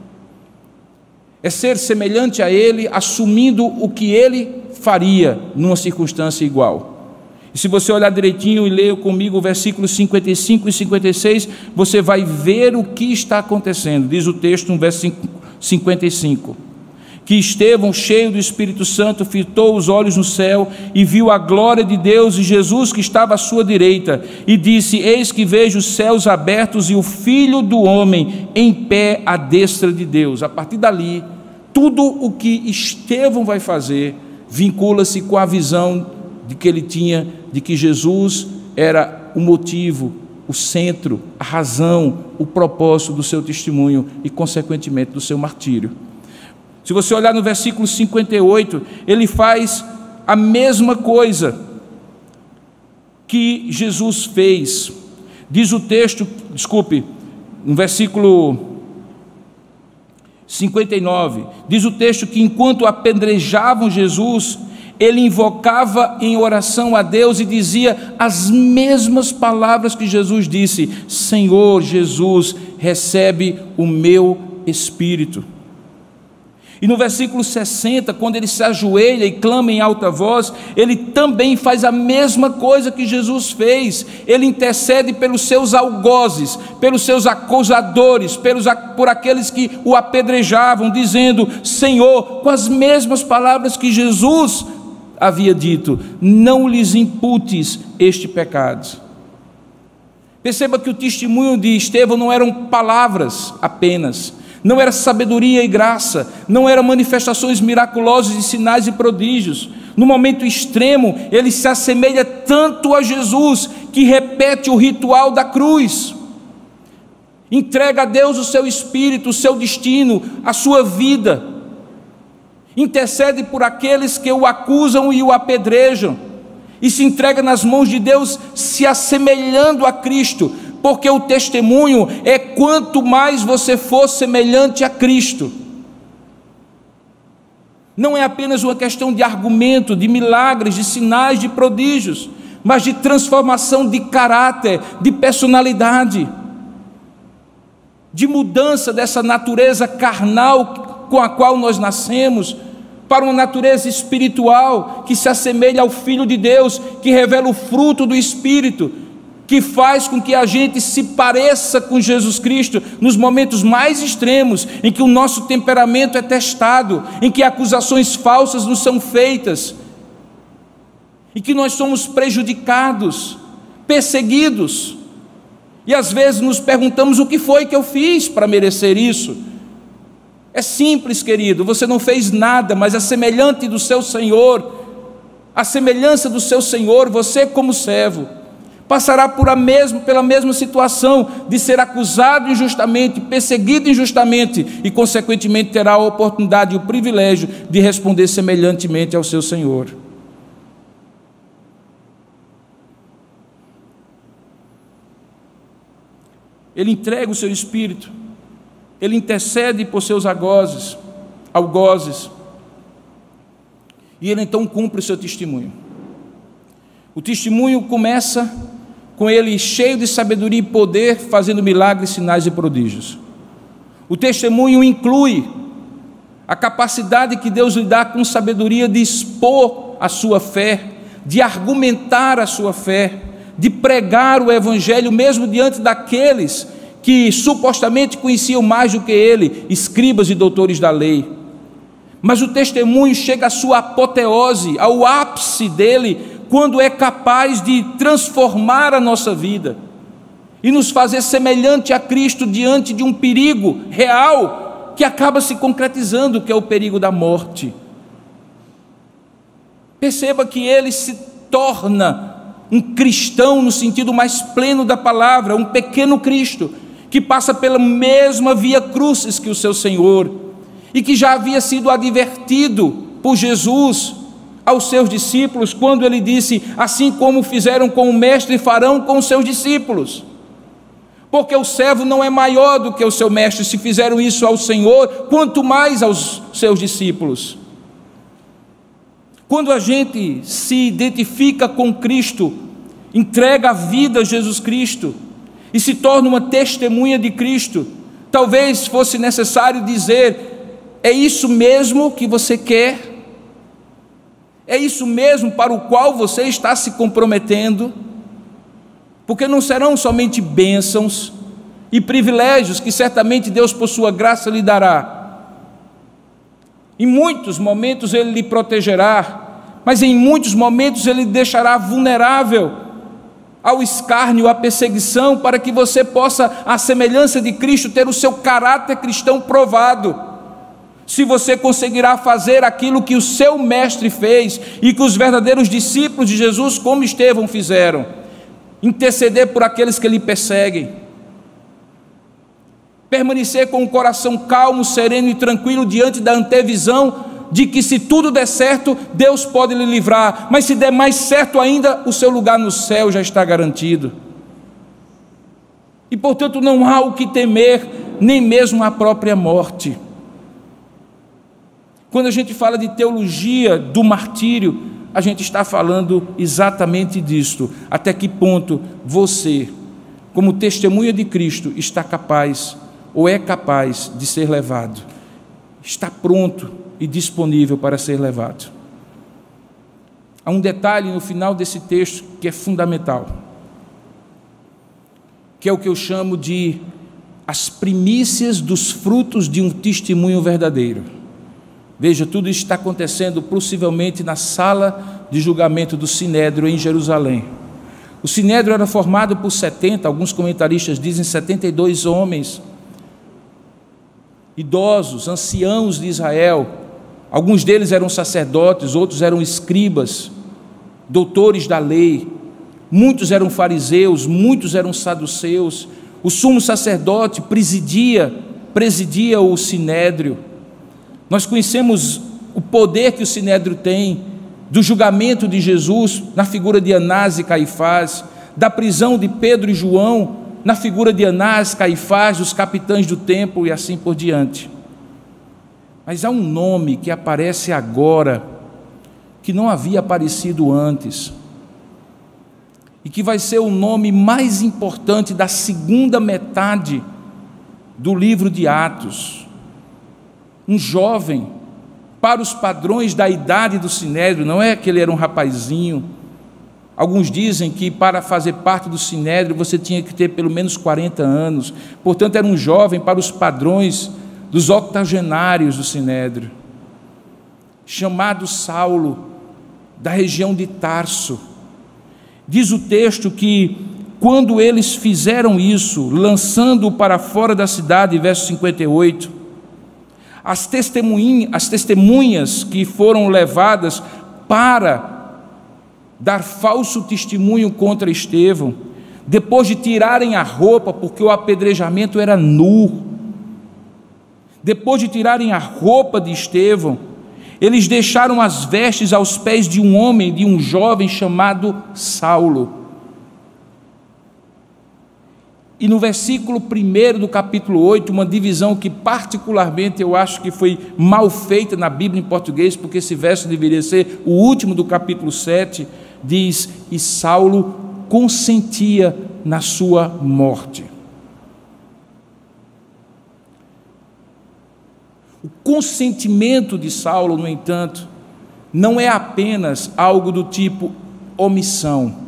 é ser semelhante a ele, assumindo o que ele faria numa circunstância igual. E se você olhar direitinho e ler comigo o versículos cinquenta e cinco e cinquenta e seis, você vai ver o que está acontecendo. Diz o texto no verso cinquenta e cinco, que Estevão, cheio do Espírito Santo, fitou os olhos no céu e viu a glória de Deus e Jesus que estava à sua direita, e disse: eis que vejo os céus abertos e o Filho do Homem em pé à destra de Deus. A partir dali, tudo o que Estevão vai fazer vincula-se com a visão de que ele tinha de que Jesus era o motivo, o centro, a razão, o propósito do seu testemunho e, consequentemente, do seu martírio. Se você olhar no versículo cinquenta e oito, ele faz a mesma coisa que Jesus fez. Diz o texto, desculpe, no versículo cinquenta e nove, diz o texto que enquanto apedrejavam Jesus, ele invocava em oração a Deus e dizia as mesmas palavras que Jesus disse: Senhor Jesus, recebe o meu espírito. E no versículo sessenta, quando ele se ajoelha e clama em alta voz, ele também faz a mesma coisa que Jesus fez. Ele intercede pelos seus algozes, pelos seus acusadores, pelos, por aqueles que o apedrejavam, dizendo: Senhor, com as mesmas palavras que Jesus havia dito, não lhes imputes este pecado. Perceba que o testemunho de Estevão não eram palavras apenas, não era sabedoria e graça, não eram manifestações miraculosas de sinais e prodígios. No momento extremo, ele se assemelha tanto a Jesus, que repete o ritual da cruz. Entrega a Deus o seu espírito, o seu destino, a sua vida. Intercede por aqueles que o acusam e o apedrejam. E se entrega nas mãos de Deus, se assemelhando a Cristo. Porque o testemunho é quanto mais você for semelhante a Cristo. Não é apenas uma questão de argumento, de milagres, de sinais, de prodígios, mas de transformação de caráter, de personalidade, de mudança dessa natureza carnal com a qual nós nascemos, para uma natureza espiritual que se assemelha ao Filho de Deus, que revela o fruto do Espírito, que faz com que a gente se pareça com Jesus Cristo nos momentos mais extremos, em que o nosso temperamento é testado, em que acusações falsas nos são feitas, em que nós somos prejudicados, perseguidos, e às vezes nos perguntamos: o que foi que eu fiz para merecer isso? É simples, querido, você não fez nada, mas a semelhante do seu Senhor, a semelhança do seu Senhor, você como servo, passará por a mesma, pela mesma situação de ser acusado injustamente, perseguido injustamente, e consequentemente terá a oportunidade e o privilégio de responder semelhantemente ao seu Senhor. Ele entrega o seu espírito, ele intercede por seus algozes, algozes, e ele então cumpre o seu testemunho. O testemunho começa com ele cheio de sabedoria e poder, fazendo milagres, sinais e prodígios. O testemunho inclui a capacidade que Deus lhe dá com sabedoria de expor a sua fé, de argumentar a sua fé, de pregar o Evangelho mesmo diante daqueles que supostamente conheciam mais do que ele, escribas e doutores da lei. Mas o testemunho chega à sua apoteose, ao ápice dele, quando é capaz de transformar a nossa vida e nos fazer semelhante a Cristo diante de um perigo real que acaba se concretizando, que é o perigo da morte. Perceba que ele se torna um cristão no sentido mais pleno da palavra, um pequeno Cristo, que passa pela mesma via crucis que o seu Senhor. e que já havia sido advertido por Jesus aos seus discípulos, quando ele disse: assim como fizeram com o mestre, farão com os seus discípulos. Porque o servo não é maior do que o seu mestre. Se fizeram isso ao Senhor, quanto mais aos seus discípulos. Quando a gente se identifica com Cristo, entrega a vida a Jesus Cristo e se torna uma testemunha de Cristo, talvez fosse necessário dizer: é isso mesmo que você quer? É isso mesmo para o qual você está se comprometendo? Porque não serão somente bênçãos e privilégios que certamente Deus, por sua graça, lhe dará. Em muitos momentos Ele lhe protegerá, mas em muitos momentos Ele lhe deixará vulnerável ao escárnio, à perseguição, para que você possa, à semelhança de Cristo, ter o seu caráter cristão provado. Se você conseguirá fazer aquilo que o seu mestre fez e que os verdadeiros discípulos de Jesus, como Estevão, fizeram: interceder por aqueles que lhe perseguem, permanecer com o coração calmo, sereno e tranquilo diante da antevisão de que, se tudo der certo, Deus pode lhe livrar, mas se der mais certo ainda, o seu lugar no céu já está garantido. E portanto não há o que temer, nem mesmo a própria morte. Quando a gente fala de teologia do martírio, a gente está falando exatamente disto: até que ponto você, como testemunha de Cristo, está capaz ou é capaz de ser levado, está pronto e disponível para ser levado. Há um detalhe no final desse texto que é fundamental, que é o que eu chamo de as primícias dos frutos de um testemunho verdadeiro. Veja, tudo isso está acontecendo possivelmente na sala de julgamento do Sinédrio em Jerusalém. O Sinédrio era formado por setenta, alguns comentaristas dizem setenta e dois homens, idosos, anciãos de Israel. Alguns deles eram sacerdotes, outros eram escribas, doutores da lei. Muitos eram fariseus, muitos eram saduceus. O sumo sacerdote presidia, presidia o Sinédrio. Nós conhecemos o poder que o Sinédrio tem do julgamento de Jesus na figura de Anás e Caifás, da prisão de Pedro e João na figura de Anás, Caifás, dos capitães do templo e assim por diante. Mas há um nome que aparece agora, que não havia aparecido antes, e que vai ser o nome mais importante da segunda metade do livro de Atos. Um jovem, para os padrões da idade do Sinédrio, não é que ele era um rapazinho. Alguns dizem que para fazer parte do Sinédrio você tinha que ter pelo menos quarenta anos, portanto era um jovem para os padrões dos octogenários do Sinédrio, chamado Saulo, da região de Tarso. Diz o texto que quando eles fizeram isso, lançando-o para fora da cidade, verso cinquenta e oito, As testemunhas, as testemunhas que foram levadas para dar falso testemunho contra Estevão, depois de tirarem a roupa, porque o apedrejamento era nu, depois de tirarem a roupa de Estevão, eles deixaram as vestes aos pés de um homem, de um jovem chamado Saulo. E no versículo primeiro do capítulo oito, uma divisão que particularmente eu acho que foi mal feita na Bíblia em português, porque esse verso deveria ser o último do capítulo sete, diz: e Saulo consentia na sua morte. O consentimento de Saulo, no entanto, não é apenas algo do tipo omissão.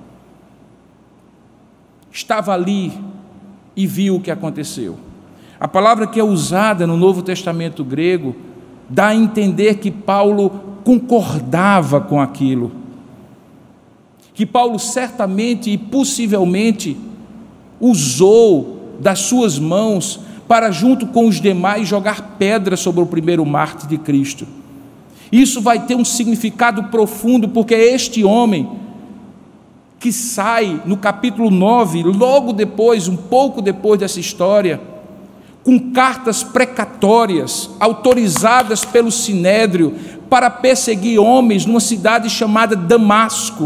Estava ali e viu o que aconteceu. A palavra que é usada no Novo Testamento grego dá a entender que Paulo concordava com aquilo, que Paulo certamente e possivelmente usou das suas mãos para, junto com os demais, jogar pedra sobre o primeiro mártir de Cristo. Isso vai ter um significado profundo, porque é este homem que sai no capítulo nove, logo depois, um pouco depois dessa história, com cartas precatórias, autorizadas pelo Sinédrio, para perseguir homens numa cidade chamada Damasco.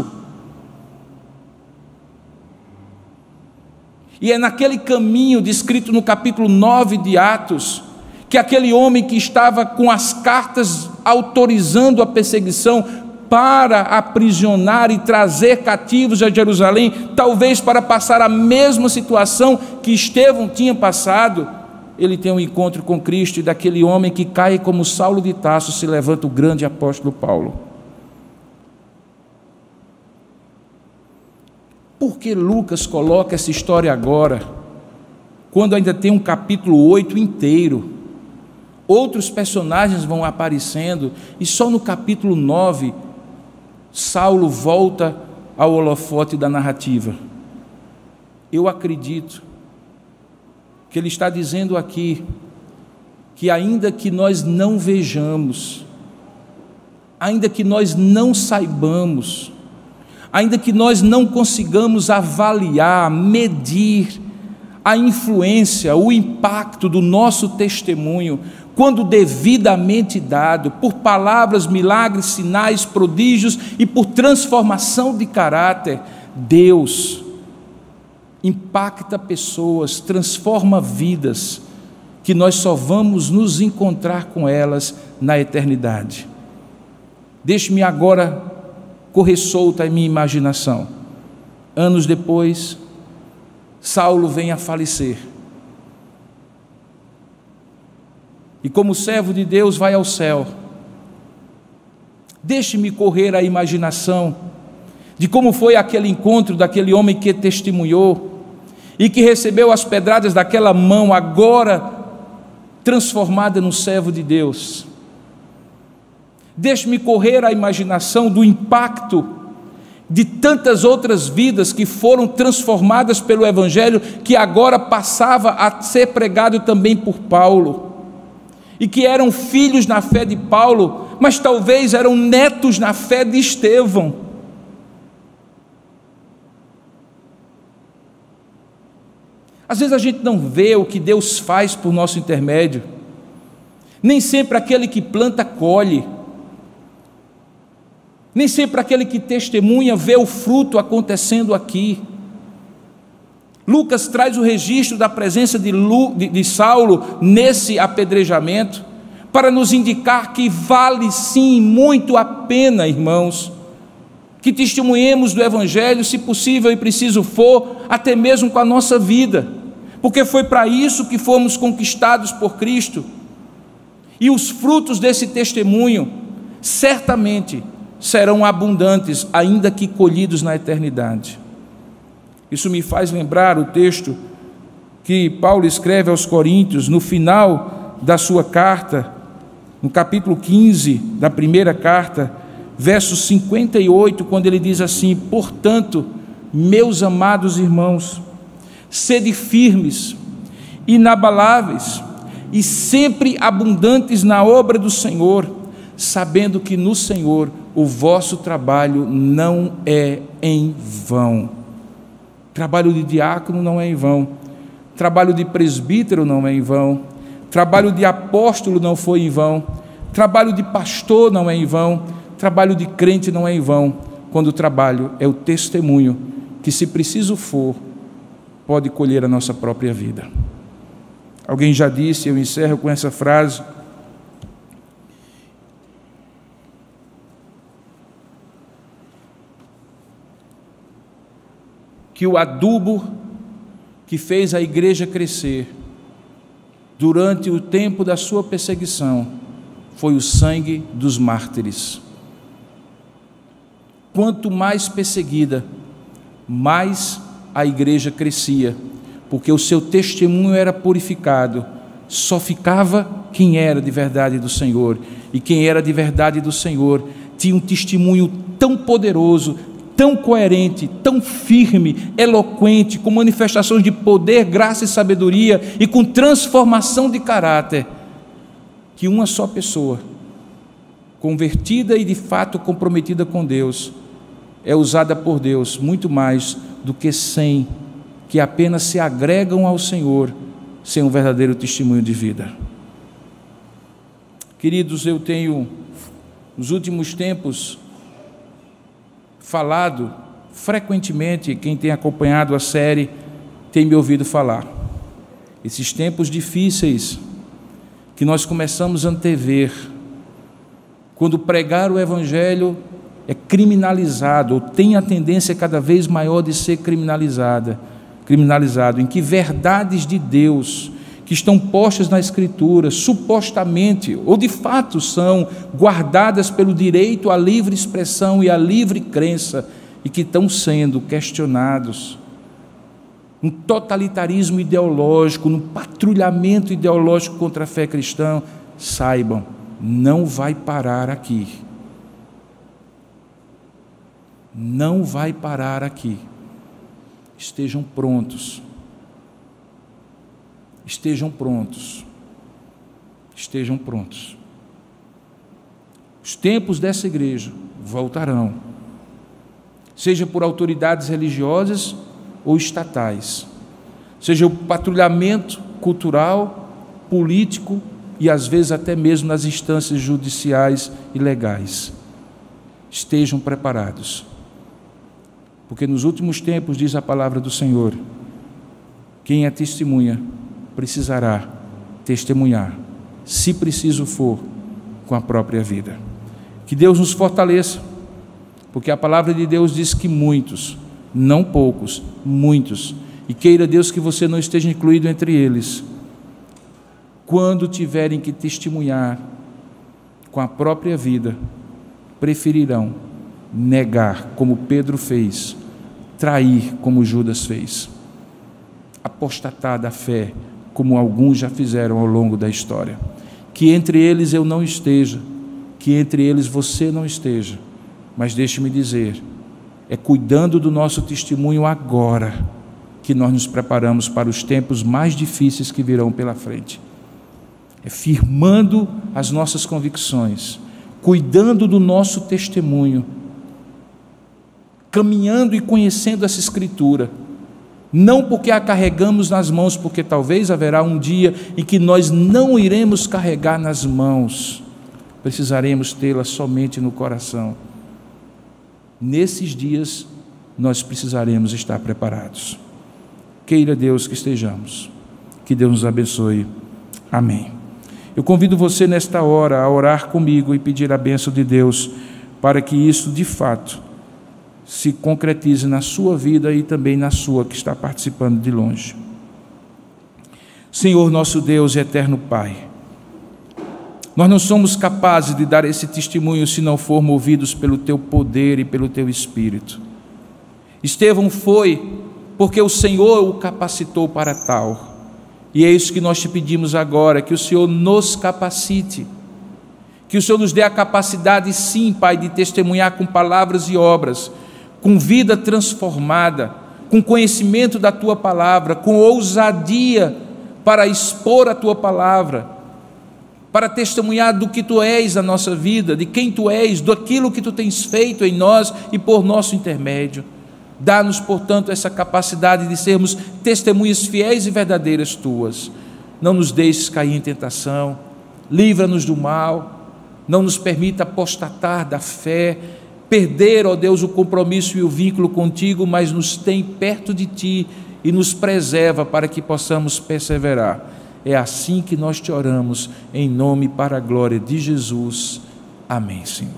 E é naquele caminho descrito no capítulo nove de Atos, que aquele homem que estava com as cartas autorizando a perseguição para aprisionar e trazer cativos a Jerusalém, talvez para passar a mesma situação que Estevão tinha passado, ele tem um encontro com Cristo, e daquele homem que cai como Saulo de Tarso se levanta o grande apóstolo Paulo. Por que Lucas coloca essa história agora, quando ainda tem um capítulo oito inteiro? Outros personagens vão aparecendo, e só no capítulo nove, Saulo volta ao holofote da narrativa. Eu acredito que ele está dizendo aqui, que ainda que nós não vejamos, ainda que nós não saibamos, ainda que nós não consigamos avaliar, medir a influência, o impacto do nosso testemunho, quando devidamente dado, por palavras, milagres, sinais, prodígios e por transformação de caráter, Deus impacta pessoas, transforma vidas, que nós só vamos nos encontrar com elas na eternidade. Deixe-me agora correr solta a minha imaginação. Anos depois, Saulo vem a falecer. E como servo de Deus vai ao céu. Deixe-me correr a imaginação de como foi aquele encontro daquele homem que testemunhou e que recebeu as pedradas daquela mão agora transformada num servo de Deus. Deixe-me correr a imaginação do impacto de tantas outras vidas que foram transformadas pelo Evangelho, que agora passava a ser pregado também por Paulo, e que eram filhos na fé de Paulo, mas talvez eram netos na fé de Estevão. Às vezes a gente não vê o que Deus faz por nosso intermédio. Nem sempre aquele que planta colhe. Nem sempre aquele que testemunha vê o fruto acontecendo aqui. Lucas traz o registro da presença de, Lu, de, de Saulo nesse apedrejamento, para nos indicar que vale sim muito a pena, irmãos, que testemunhemos do Evangelho, se possível e preciso for, até mesmo com a nossa vida, porque foi para isso que fomos conquistados por Cristo. E os frutos desse testemunho certamente serão abundantes, ainda que colhidos na eternidade. Isso me faz lembrar o texto que Paulo escreve aos Coríntios, no final da sua carta, no capítulo quinze da primeira carta, verso cinquenta e oito, quando ele diz assim: portanto, meus amados irmãos, sede firmes, inabaláveis e sempre abundantes na obra do Senhor, sabendo que no Senhor o vosso trabalho não é em vão. Trabalho de diácono não é em vão, trabalho de presbítero não é em vão, trabalho de apóstolo não foi em vão, trabalho de pastor não é em vão, trabalho de crente não é em vão, quando o trabalho é o testemunho que, se preciso for, pode colher a nossa própria vida. Alguém já disse, eu encerro com essa frase: que o adubo que fez a igreja crescer durante o tempo da sua perseguição foi o sangue dos mártires. Quanto mais perseguida, mais a igreja crescia, porque o seu testemunho era purificado. Só ficava quem era de verdade do Senhor, e quem era de verdade do Senhor tinha um testemunho tão poderoso, tão coerente, tão firme, eloquente, com manifestações de poder, graça e sabedoria, e com transformação de caráter, que uma só pessoa, convertida e de fato comprometida com Deus, é usada por Deus muito mais do que cem que apenas se agregam ao Senhor sem um verdadeiro testemunho de vida. Queridos, eu tenho, nos últimos tempos, falado frequentemente, quem tem acompanhado a série tem me ouvido falar. Esses tempos difíceis que nós começamos a antever, quando pregar o Evangelho é criminalizado, ou tem a tendência cada vez maior de ser criminalizada, criminalizado, em que verdades de Deus que estão postas na Escritura, supostamente, ou de fato são guardadas pelo direito à livre expressão e à livre crença, e que estão sendo questionados, um totalitarismo ideológico, um patrulhamento ideológico contra a fé cristã, saibam, não vai parar aqui. Não vai parar aqui. Estejam prontos. Estejam prontos. Estejam prontos. Os tempos dessa igreja voltarão, seja por autoridades religiosas ou estatais, seja o patrulhamento cultural, político e às vezes até mesmo nas instâncias judiciais e legais. Estejam preparados, porque nos últimos tempos, diz a palavra do Senhor, quem é testemunha precisará testemunhar, se preciso for, com a própria vida. Que Deus nos fortaleça, porque a palavra de Deus diz que muitos, não poucos, muitos, e queira Deus que você não esteja incluído entre eles, quando tiverem que testemunhar com a própria vida, preferirão negar, como Pedro fez, trair, como Judas fez, apostatar da fé, como alguns já fizeram ao longo da história. Que entre eles eu não esteja, que entre eles você não esteja, mas deixe-me dizer, é cuidando do nosso testemunho agora que nós nos preparamos para os tempos mais difíceis que virão pela frente. É firmando as nossas convicções, cuidando do nosso testemunho, caminhando e conhecendo essa Escritura, não porque a carregamos nas mãos, porque talvez haverá um dia em que nós não iremos carregar nas mãos, precisaremos tê-la somente no coração. Nesses dias, nós precisaremos estar preparados. Queira Deus que estejamos. Que Deus nos abençoe. Amém. Eu convido você nesta hora a orar comigo e pedir a bênção de Deus para que isso, de fato, se concretize na sua vida e também na sua que está participando de longe. Senhor, nosso Deus e eterno Pai, nós não somos capazes de dar esse testemunho se não formos movidos pelo Teu poder e pelo Teu Espírito. Estevão foi porque o Senhor o capacitou para tal. E é isso que nós te pedimos agora, que o Senhor nos capacite, que o Senhor nos dê a capacidade, sim, Pai, de testemunhar com palavras e obras, com vida transformada, com conhecimento da Tua palavra, com ousadia para expor a Tua palavra, para testemunhar do que Tu és na nossa vida, de quem Tu és, daquilo que Tu tens feito em nós e por nosso intermédio. Dá-nos, portanto, essa capacidade de sermos testemunhas fiéis e verdadeiras Tuas. Não nos deixes cair em tentação, livra-nos do mal, não nos permita apostatar da fé, perder, ó Deus, o compromisso e o vínculo contigo, mas nos tem perto de Ti e nos preserva para que possamos perseverar. É assim que nós te oramos, em nome e para a glória de Jesus. Amém, Senhor.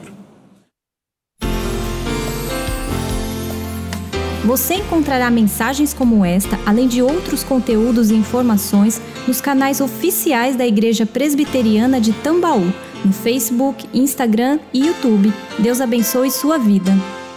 Você encontrará mensagens como esta, além de outros conteúdos e informações, nos canais oficiais da Igreja Presbiteriana de Tambaú, no Facebook, Instagram e YouTube. Deus abençoe sua vida.